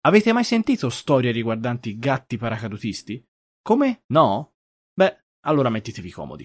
Avete mai sentito storie riguardanti gatti paracadutisti? Come? No? Beh, allora mettetevi comodi.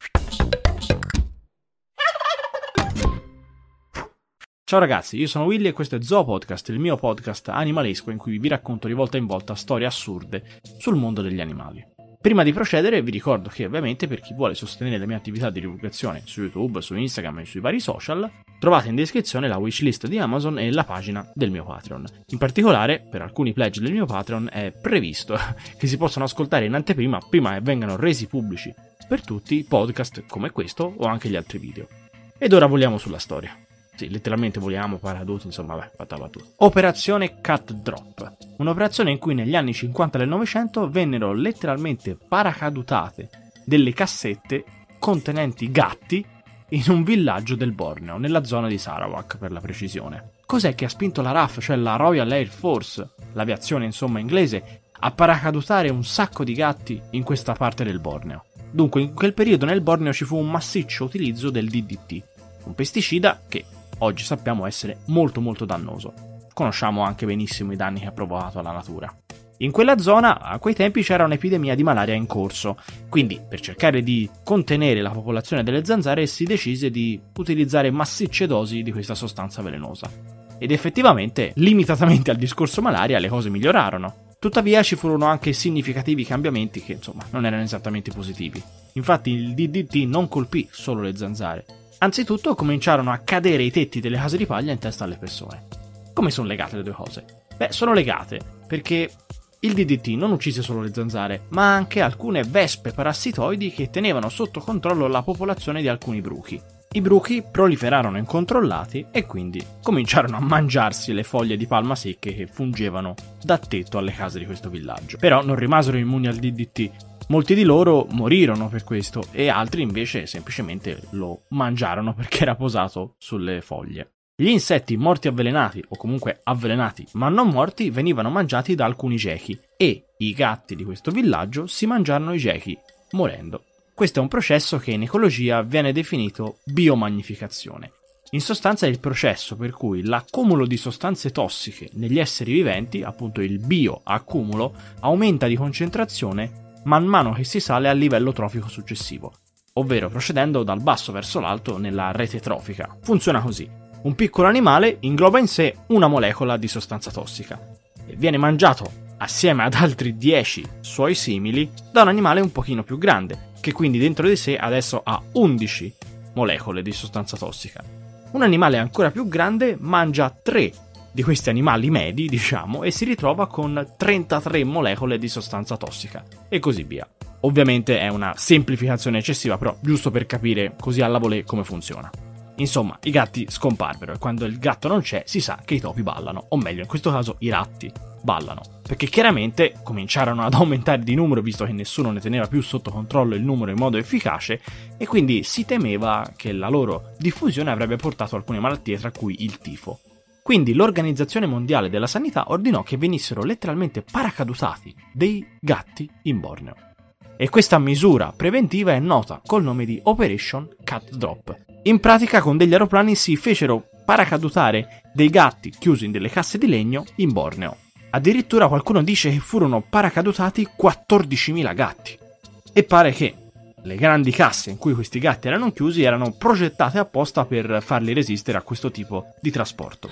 Ciao ragazzi, io sono Willy e questo è Zoo Podcast, il mio podcast animalesco in cui vi racconto di volta in volta storie assurde sul mondo degli animali. Prima di procedere vi ricordo che ovviamente per chi vuole sostenere le mie attività di divulgazione su YouTube, su Instagram e sui vari social, trovate in descrizione la wishlist di Amazon e la pagina del mio Patreon. In particolare, per alcuni pledge del mio Patreon è previsto che si possano ascoltare in anteprima prima che vengano resi pubblici per tutti podcast come questo o anche gli altri video. Ed ora voliamo sulla storia. Sì, letteralmente voliamo, paracaduti, insomma, fatta battuta. Operazione Cat Drop. Un'operazione in cui negli anni 50 del Novecento vennero letteralmente paracadutate delle cassette contenenti gatti in un villaggio del Borneo, nella zona di Sarawak per la precisione. Cos'è che ha spinto la RAF, cioè la Royal Air Force, l'aviazione insomma inglese, a paracadutare un sacco di gatti in questa parte del Borneo? Dunque, in quel periodo nel Borneo ci fu un massiccio utilizzo del DDT, un pesticida che oggi sappiamo essere molto dannoso. Conosciamo anche benissimo i danni che ha provocato alla natura. In quella zona, a quei tempi, c'era un'epidemia di malaria in corso, quindi per cercare di contenere la popolazione delle zanzare si decise di utilizzare massicce dosi di questa sostanza velenosa. Ed effettivamente, limitatamente al discorso malaria, le cose migliorarono. Tuttavia ci furono anche significativi cambiamenti che, insomma, non erano esattamente positivi. Infatti il DDT non colpì solo le zanzare. Anzitutto cominciarono a cadere i tetti delle case di paglia in testa alle persone. Come sono legate le due cose? Beh, sono legate perché il DDT non uccise solo le zanzare, ma anche alcune vespe parassitoidi che tenevano sotto controllo la popolazione di alcuni bruchi. I bruchi proliferarono incontrollati e quindi cominciarono a mangiarsi le foglie di palma secche che fungevano da tetto alle case di questo villaggio. Però non rimasero immuni al DDT. Molti di loro morirono per questo e altri invece semplicemente lo mangiarono perché era posato sulle foglie. Gli insetti morti avvelenati o comunque avvelenati ma non morti venivano mangiati da alcuni gechi e i gatti di questo villaggio si mangiarono i gechi, morendo. Questo è un processo che in ecologia viene definito biomagnificazione. In sostanza è il processo per cui l'accumulo di sostanze tossiche negli esseri viventi, appunto il bioaccumulo, aumenta di concentrazione man mano che si sale al livello trofico successivo, ovvero procedendo dal basso verso l'alto nella rete trofica. Funziona così. Un piccolo animale ingloba in sé una molecola di sostanza tossica e viene mangiato assieme ad altri 10 suoi simili da un animale un pochino più grande, che quindi dentro di sé adesso ha 11 molecole di sostanza tossica. Un animale ancora più grande mangia 3 di questi animali medi, diciamo, e si ritrova con 33 molecole di sostanza tossica, e così via. Ovviamente è una semplificazione eccessiva, però giusto per capire così alla volée come funziona. Insomma, i gatti scomparvero e quando il gatto non c'è si sa che i topi ballano, o meglio, in questo caso i ratti ballano, perché chiaramente cominciarono ad aumentare di numero visto che nessuno ne teneva più sotto controllo il numero in modo efficace e quindi si temeva che la loro diffusione avrebbe portato alcune malattie, tra cui il tifo. Quindi l'Organizzazione Mondiale della Sanità ordinò che venissero letteralmente paracadutati dei gatti in Borneo. E questa misura preventiva è nota col nome di Operation Cat Drop. In pratica con degli aeroplani si fecero paracadutare dei gatti chiusi in delle casse di legno in Borneo. Addirittura qualcuno dice che furono paracadutati 14.000 gatti. E pare che le grandi casse in cui questi gatti erano chiusi erano progettate apposta per farli resistere a questo tipo di trasporto.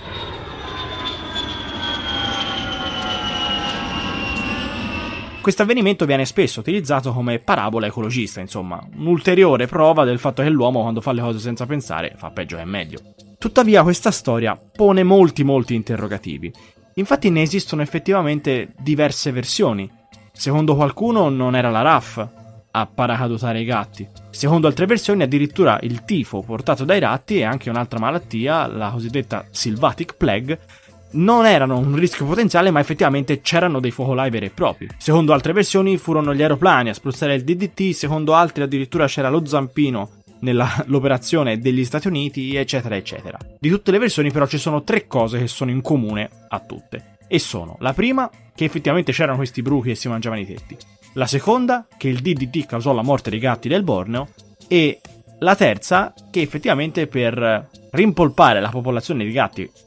Questo avvenimento viene spesso utilizzato come parabola ecologista, insomma, un'ulteriore prova del fatto che l'uomo quando fa le cose senza pensare fa peggio che meglio. Tuttavia questa storia pone molti interrogativi. Infatti ne esistono effettivamente diverse versioni. Secondo qualcuno non era la RAF a paracadutare i gatti. Secondo altre versioni addirittura il tifo portato dai ratti e anche un'altra malattia, la cosiddetta Sylvatic Plague, non erano un rischio potenziale ma effettivamente c'erano dei focolai veri e propri. Secondo altre versioni furono gli aeroplani a spruzzare il DDT, secondo altri addirittura c'era lo zampino nell'operazione degli Stati Uniti, eccetera eccetera. Di tutte le versioni però ci sono 3 cose che sono in comune a tutte e sono: la prima, che effettivamente c'erano questi bruchi e si mangiavano i tetti; la seconda, che il DDT causò la morte dei gatti del Borneo; e la terza, che effettivamente per rimpolpare la popolazione di gatti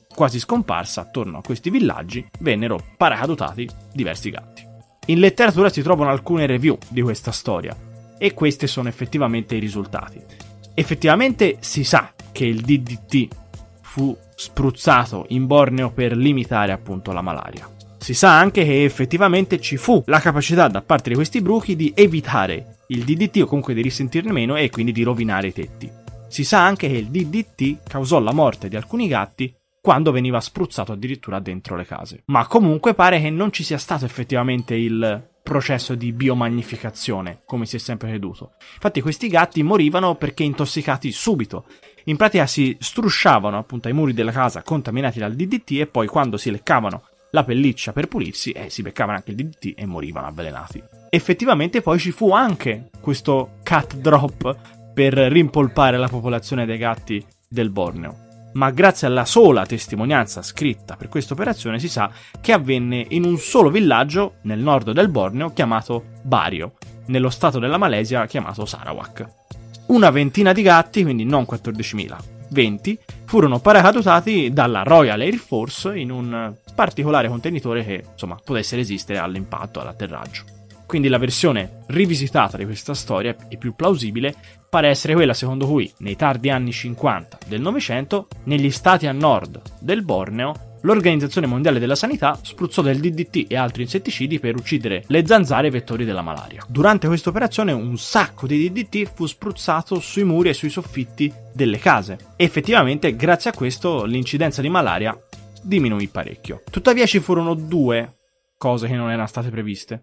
quasi scomparsa, attorno a questi villaggi vennero paracadutati diversi gatti. In letteratura si trovano alcune review di questa storia e questi sono effettivamente i risultati. Effettivamente si sa che il DDT fu spruzzato in Borneo per limitare appunto la malaria. Si sa anche che effettivamente ci fu la capacità da parte di questi bruchi di evitare il DDT o comunque di risentirne meno e quindi di rovinare i tetti. Si sa anche che il DDT causò la morte di alcuni gatti quando veniva spruzzato addirittura dentro le case. Ma comunque pare che non ci sia stato effettivamente il processo di biomagnificazione, come si è sempre creduto. Infatti questi gatti morivano perché intossicati subito. In pratica si strusciavano appunto ai muri della casa contaminati dal DDT e poi quando si leccavano la pelliccia per pulirsi si beccavano anche il DDT e morivano avvelenati. Effettivamente poi ci fu anche questo cat drop per rimpolpare la popolazione dei gatti del Borneo. Ma grazie alla sola testimonianza scritta per questa operazione si sa che avvenne in un solo villaggio nel nord del Borneo chiamato Bario, nello stato della Malesia chiamato Sarawak. Una ventina di gatti, quindi non 14.000, 20, furono paracadutati dalla Royal Air Force in un particolare contenitore che, insomma, potesse resistere all'impatto, all'atterraggio. Quindi la versione rivisitata di questa storia e più plausibile pare essere quella secondo cui, nei tardi anni 50 del Novecento, negli stati a nord del Borneo, l'Organizzazione Mondiale della Sanità spruzzò del DDT e altri insetticidi per uccidere le zanzare vettori della malaria. Durante questa operazione un sacco di DDT fu spruzzato sui muri e sui soffitti delle case. E effettivamente, grazie a questo, l'incidenza di malaria diminuì parecchio. Tuttavia ci furono due cose che non erano state previste.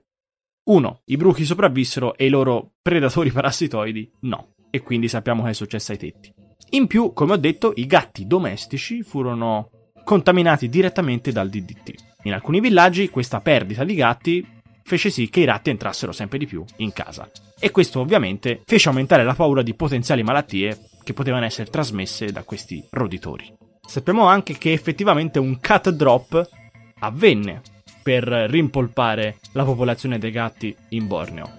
1. I bruchi sopravvissero e i loro predatori parassitoidi no. E quindi sappiamo che è successo ai tetti. In più, come ho detto, i gatti domestici furono contaminati direttamente dal DDT. In alcuni villaggi questa perdita di gatti fece sì che i ratti entrassero sempre di più in casa. E questo ovviamente fece aumentare la paura di potenziali malattie che potevano essere trasmesse da questi roditori. Sappiamo anche che effettivamente un cat drop avvenne per rimpolpare la popolazione dei gatti in Borneo.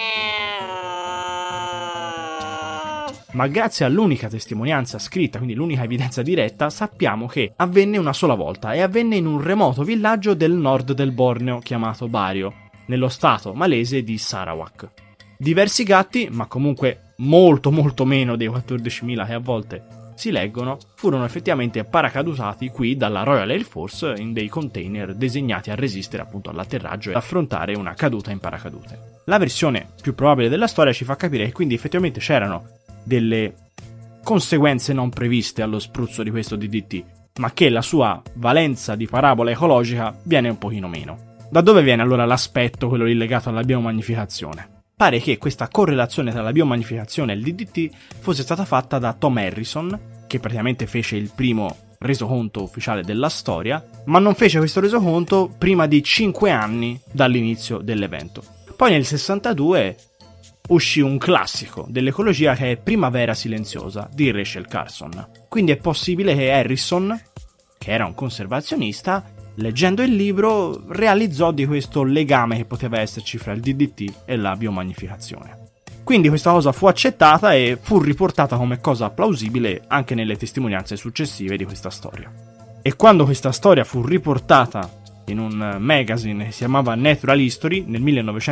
Ma grazie all'unica testimonianza scritta, quindi l'unica evidenza diretta, sappiamo che avvenne una sola volta e avvenne in un remoto villaggio del nord del Borneo chiamato Bario, nello stato malese di Sarawak. Diversi gatti, ma comunque molto meno dei 14.000 che a volte si leggono, furono effettivamente paracadutati qui dalla Royal Air Force in dei container disegnati a resistere appunto all'atterraggio e affrontare una caduta in paracadute. La versione più probabile della storia ci fa capire che quindi effettivamente c'erano delle conseguenze non previste allo spruzzo di questo DDT, ma che la sua valenza di parabola ecologica viene un pochino meno. Da dove viene allora l'aspetto, quello lì legato alla biomagnificazione? Pare che questa correlazione tra la biomagnificazione e il DDT fosse stata fatta da Tom Harrison, che praticamente fece il primo resoconto ufficiale della storia, ma non fece questo resoconto prima di 5 anni dall'inizio dell'evento. Poi nel 62 uscì un classico dell'ecologia che è Primavera silenziosa di Rachel Carson. Quindi è possibile che Harrison, che era un conservazionista, leggendo il libro realizzò di questo legame che poteva esserci fra il DDT e la biomagnificazione. Quindi questa cosa fu accettata e fu riportata come cosa plausibile anche nelle testimonianze successive di questa storia. E quando questa storia fu riportata in un magazine che si chiamava Natural History nel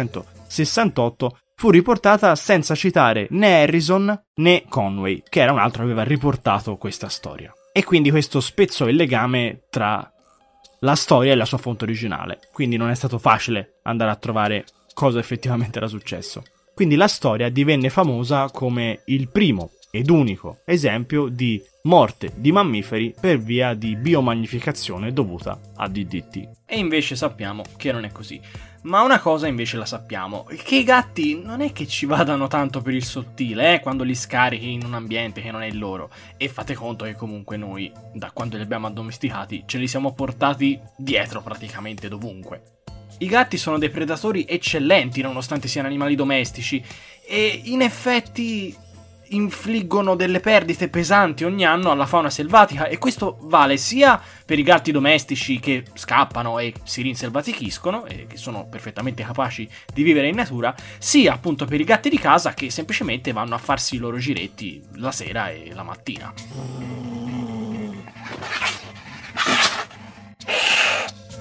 1968, fu riportata senza citare né Harrison né Conway, che era un altro che aveva riportato questa storia. E quindi questo spezzò il legame tra la storia e la sua fonte originale, quindi non è stato facile andare a trovare cosa effettivamente era successo. Quindi la storia divenne famosa come il primo ed unico esempio di morte di mammiferi per via di biomagnificazione dovuta a DDT. E invece sappiamo che non è così. Ma una cosa invece la sappiamo, che i gatti non è che ci vadano tanto per il sottile, quando li scarichi in un ambiente che non è il loro. E fate conto che comunque noi, da quando li abbiamo addomesticati, ce li siamo portati dietro praticamente dovunque. I gatti sono dei predatori eccellenti nonostante siano animali domestici e in effetti infliggono delle perdite pesanti ogni anno alla fauna selvatica, e questo vale sia per i gatti domestici che scappano e si rinselvatichiscono e che sono perfettamente capaci di vivere in natura, sia appunto per i gatti di casa che semplicemente vanno a farsi i loro giretti la sera e la mattina.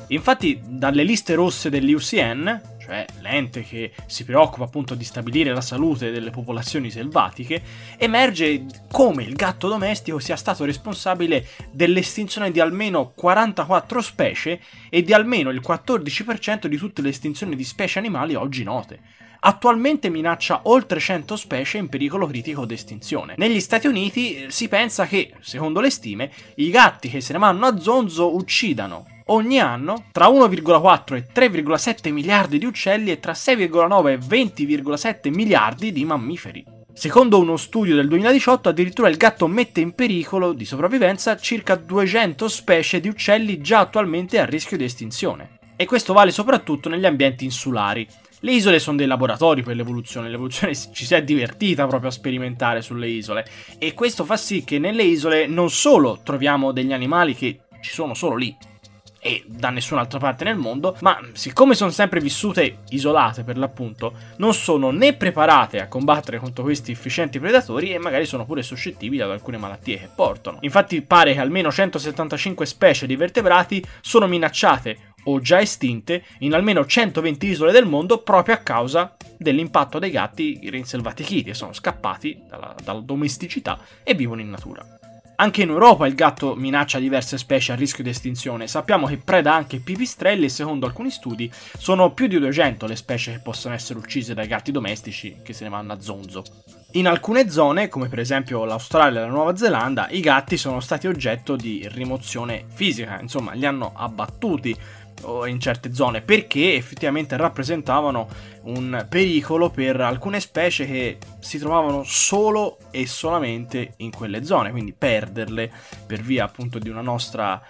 Infatti dalle liste rosse dell'IUCN, cioè l'ente che si preoccupa appunto di stabilire la salute delle popolazioni selvatiche, emerge come il gatto domestico sia stato responsabile dell'estinzione di almeno 44 specie e di almeno il 14% di tutte le estinzioni di specie animali oggi note. Attualmente minaccia oltre 100 specie in pericolo critico d'estinzione. Negli Stati Uniti si pensa che, secondo le stime, i gatti che se ne vanno a zonzo uccidano ogni anno tra 1,4 e 3,7 miliardi di uccelli e tra 6,9 e 20,7 miliardi di mammiferi. Secondo uno studio del 2018, addirittura il gatto mette in pericolo di sopravvivenza circa 200 specie di uccelli già attualmente a rischio di estinzione. E questo vale soprattutto negli ambienti insulari. Le isole sono dei laboratori per l'evoluzione ci si è divertita proprio a sperimentare sulle isole, e questo fa sì che nelle isole non solo troviamo degli animali che ci sono solo lì e da nessun'altra parte nel mondo, ma siccome sono sempre vissute isolate per l'appunto, non sono né preparate a combattere contro questi efficienti predatori e magari sono pure suscettibili ad alcune malattie che portano. Infatti pare che almeno 175 specie di vertebrati sono minacciate o già estinte in almeno 120 isole del mondo proprio a causa dell'impatto dei gatti rinselvatichiti, che sono scappati dalla domesticità e vivono in natura. Anche in Europa il gatto minaccia diverse specie a rischio di estinzione. Sappiamo che preda anche pipistrelli e secondo alcuni studi sono più di 200 le specie che possono essere uccise dai gatti domestici che se ne vanno a zonzo. In alcune zone, come per esempio l'Australia e la Nuova Zelanda, i gatti sono stati oggetto di rimozione fisica, insomma li hanno abbattuti in certe zone perché effettivamente rappresentavano un pericolo per alcune specie che si trovavano solo e solamente in quelle zone, quindi perderle per via appunto di una nostra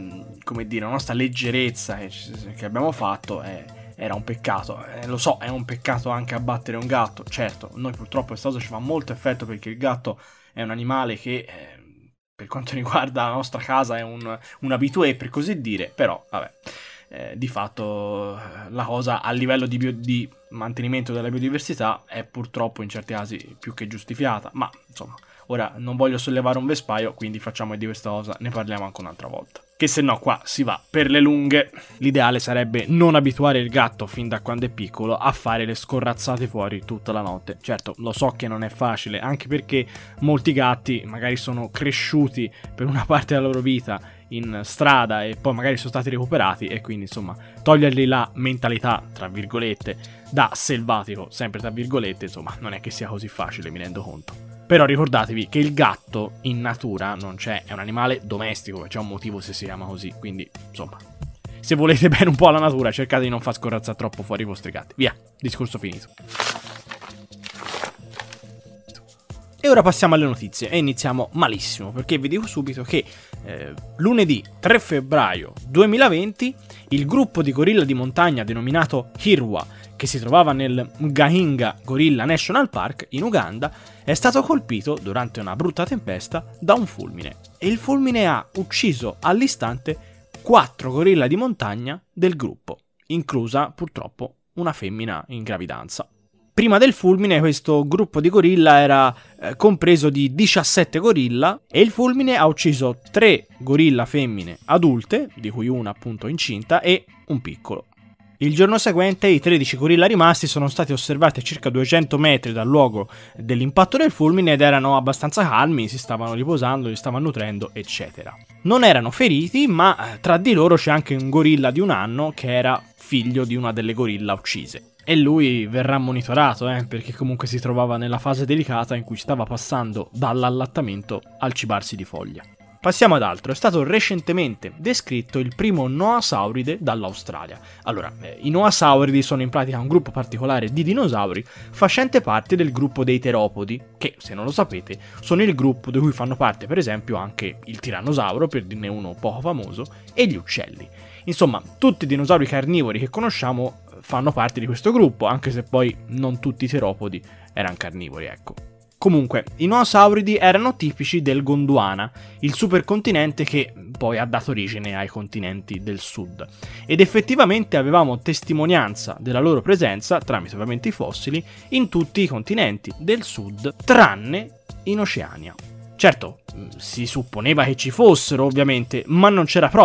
una nostra leggerezza che abbiamo fatto era un peccato. Lo so, è un peccato anche abbattere un gatto, certo, noi purtroppo questa cosa ci fa molto effetto perché il gatto è un animale che per quanto riguarda la nostra casa è un habitué per così dire, però vabbè. Di fatto la cosa a livello di mantenimento della biodiversità è purtroppo in certi casi più che giustificata, ma insomma ora non voglio sollevare un vespaio, quindi facciamo di questa cosa, ne parliamo anche un'altra volta, che se no qua si va per le lunghe. L'ideale sarebbe non abituare il gatto fin da quando è piccolo a fare le scorrazzate fuori tutta la notte. Certo, lo so che non è facile, anche perché molti gatti magari sono cresciuti per una parte della loro vita in strada e poi magari sono stati recuperati e quindi insomma togliergli la mentalità tra virgolette da selvatico, sempre tra virgolette, insomma non è che sia così facile, mi rendo conto. Però ricordatevi che il gatto in natura non c'è, è un animale domestico, c'è un motivo se si chiama così, quindi insomma se volete bene un po' alla natura cercate di non far scorrazzare troppo fuori i vostri gatti. Via, discorso finito. E ora passiamo alle notizie e iniziamo malissimo perché vi dico subito che lunedì 3 febbraio 2020 il gruppo di gorilla di montagna denominato Hirwa, che si trovava nel Mgahinga Gorilla National Park in Uganda, è stato colpito durante una brutta tempesta da un fulmine e il fulmine ha ucciso all'istante 4 gorilla di montagna del gruppo, inclusa purtroppo una femmina in gravidanza. Prima del fulmine questo gruppo di gorilla era compreso di 17 gorilla e il fulmine ha ucciso 3 gorilla femmine adulte, di cui una appunto incinta, e un piccolo. Il giorno seguente i 13 gorilla rimasti sono stati osservati a circa 200 metri dal luogo dell'impatto del fulmine ed erano abbastanza calmi, si stavano riposando, si stavano nutrendo, eccetera. Non erano feriti, ma tra di loro c'è anche un gorilla di 1 anno che era figlio di una delle gorilla uccise. E lui verrà monitorato, perché comunque si trovava nella fase delicata in cui stava passando dall'allattamento al cibarsi di foglia. Passiamo ad altro, è stato recentemente descritto il primo Noasauride dall'Australia. Allora, i Noasauridi sono in pratica un gruppo particolare di dinosauri facente parte del gruppo dei teropodi, che, se non lo sapete, sono il gruppo di cui fanno parte per esempio anche il tirannosauro, per dirne uno poco famoso, e gli uccelli. Insomma, tutti i dinosauri carnivori che conosciamo fanno parte di questo gruppo, anche se poi non tutti i teropodi erano carnivori, ecco. Comunque, i Noasauridi erano tipici del Gondwana, il supercontinente che poi ha dato origine ai continenti del sud. Ed effettivamente avevamo testimonianza della loro presenza, tramite ovviamente i fossili, in tutti i continenti del sud, tranne in Oceania. Certo, si supponeva che ci fossero ovviamente, ma non c'era prova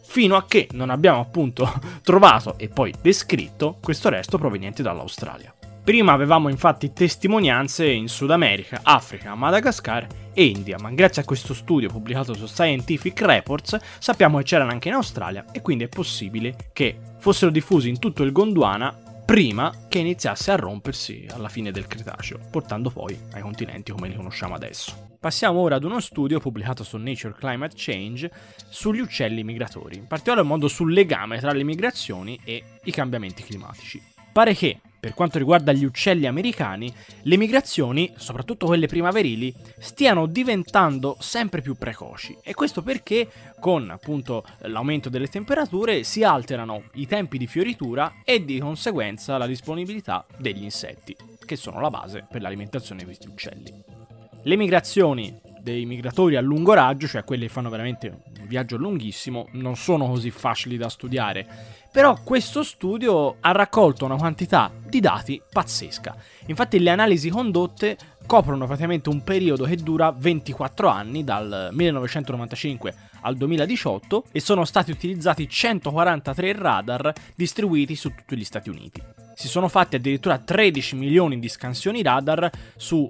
fino a che non abbiamo appunto trovato e poi descritto questo resto proveniente dall'Australia. Prima avevamo infatti testimonianze in Sud America, Africa, Madagascar e India, ma grazie a questo studio pubblicato su Scientific Reports sappiamo che c'erano anche in Australia e quindi è possibile che fossero diffusi in tutto il Gondwana prima che iniziasse a rompersi alla fine del Cretaceo, portando poi ai continenti come li conosciamo adesso. Passiamo ora ad uno studio pubblicato su Nature Climate Change sugli uccelli migratori, in particolar modo sul legame tra le migrazioni e i cambiamenti climatici. Pare che, per quanto riguarda gli uccelli americani, le migrazioni, soprattutto quelle primaverili, stiano diventando sempre più precoci e questo perché con appunto l'aumento delle temperature si alterano i tempi di fioritura e di conseguenza la disponibilità degli insetti, che sono la base per l'alimentazione di questi uccelli. Le migrazioni dei migratori a lungo raggio, cioè quelli che fanno veramente un viaggio lunghissimo, non sono così facili da studiare, però questo studio ha raccolto una quantità di dati pazzesca. Infatti le analisi condotte coprono praticamente un periodo che dura 24 anni, dal 1995 al 2018, e sono stati utilizzati 143 radar distribuiti su tutti gli Stati Uniti. Si sono fatti addirittura 13 milioni di scansioni radar su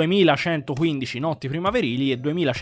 2115 notti primaverili e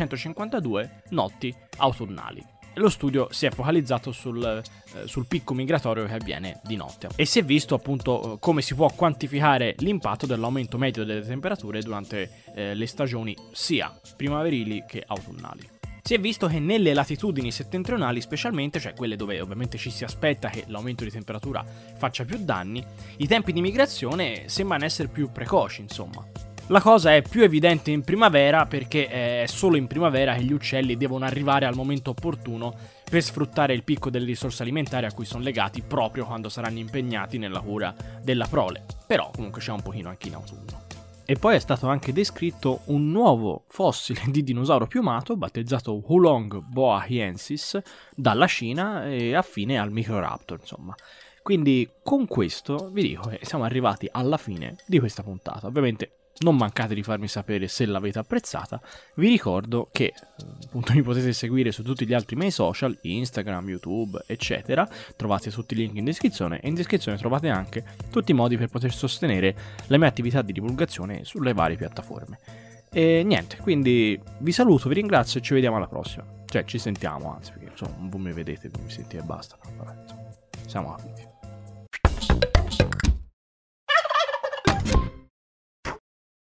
2152 notti autunnali. Lo studio si è focalizzato sul picco migratorio che avviene di notte e si è visto appunto come si può quantificare l'impatto dell'aumento medio delle temperature durante le stagioni sia primaverili che autunnali. Si è visto che nelle latitudini settentrionali specialmente, cioè quelle dove ovviamente ci si aspetta che l'aumento di temperatura faccia più danni, i tempi di migrazione sembrano essere più precoci, insomma. La cosa è più evidente in primavera perché è solo in primavera che gli uccelli devono arrivare al momento opportuno per sfruttare il picco delle risorse alimentari a cui sono legati proprio quando saranno impegnati nella cura della prole, però comunque c'è un pochino anche in autunno. E poi è stato anche descritto un nuovo fossile di dinosauro piumato battezzato Hulong boahiensis dalla Cina e affine al Microraptor, insomma. Quindi con questo vi dico che siamo arrivati alla fine di questa puntata. Ovviamente non mancate di farmi sapere se l'avete apprezzata. Vi ricordo che appunto mi potete seguire su tutti gli altri miei social, Instagram, YouTube, eccetera. Trovate tutti i link in descrizione e in descrizione trovate anche tutti i modi per poter sostenere la mia attività di divulgazione sulle varie piattaforme. E niente, quindi vi saluto, vi ringrazio e ci vediamo alla prossima. Cioè ci sentiamo, anzi, perché insomma voi mi vedete, voi mi sentite e basta. Vabbè, insomma, siamo capiti.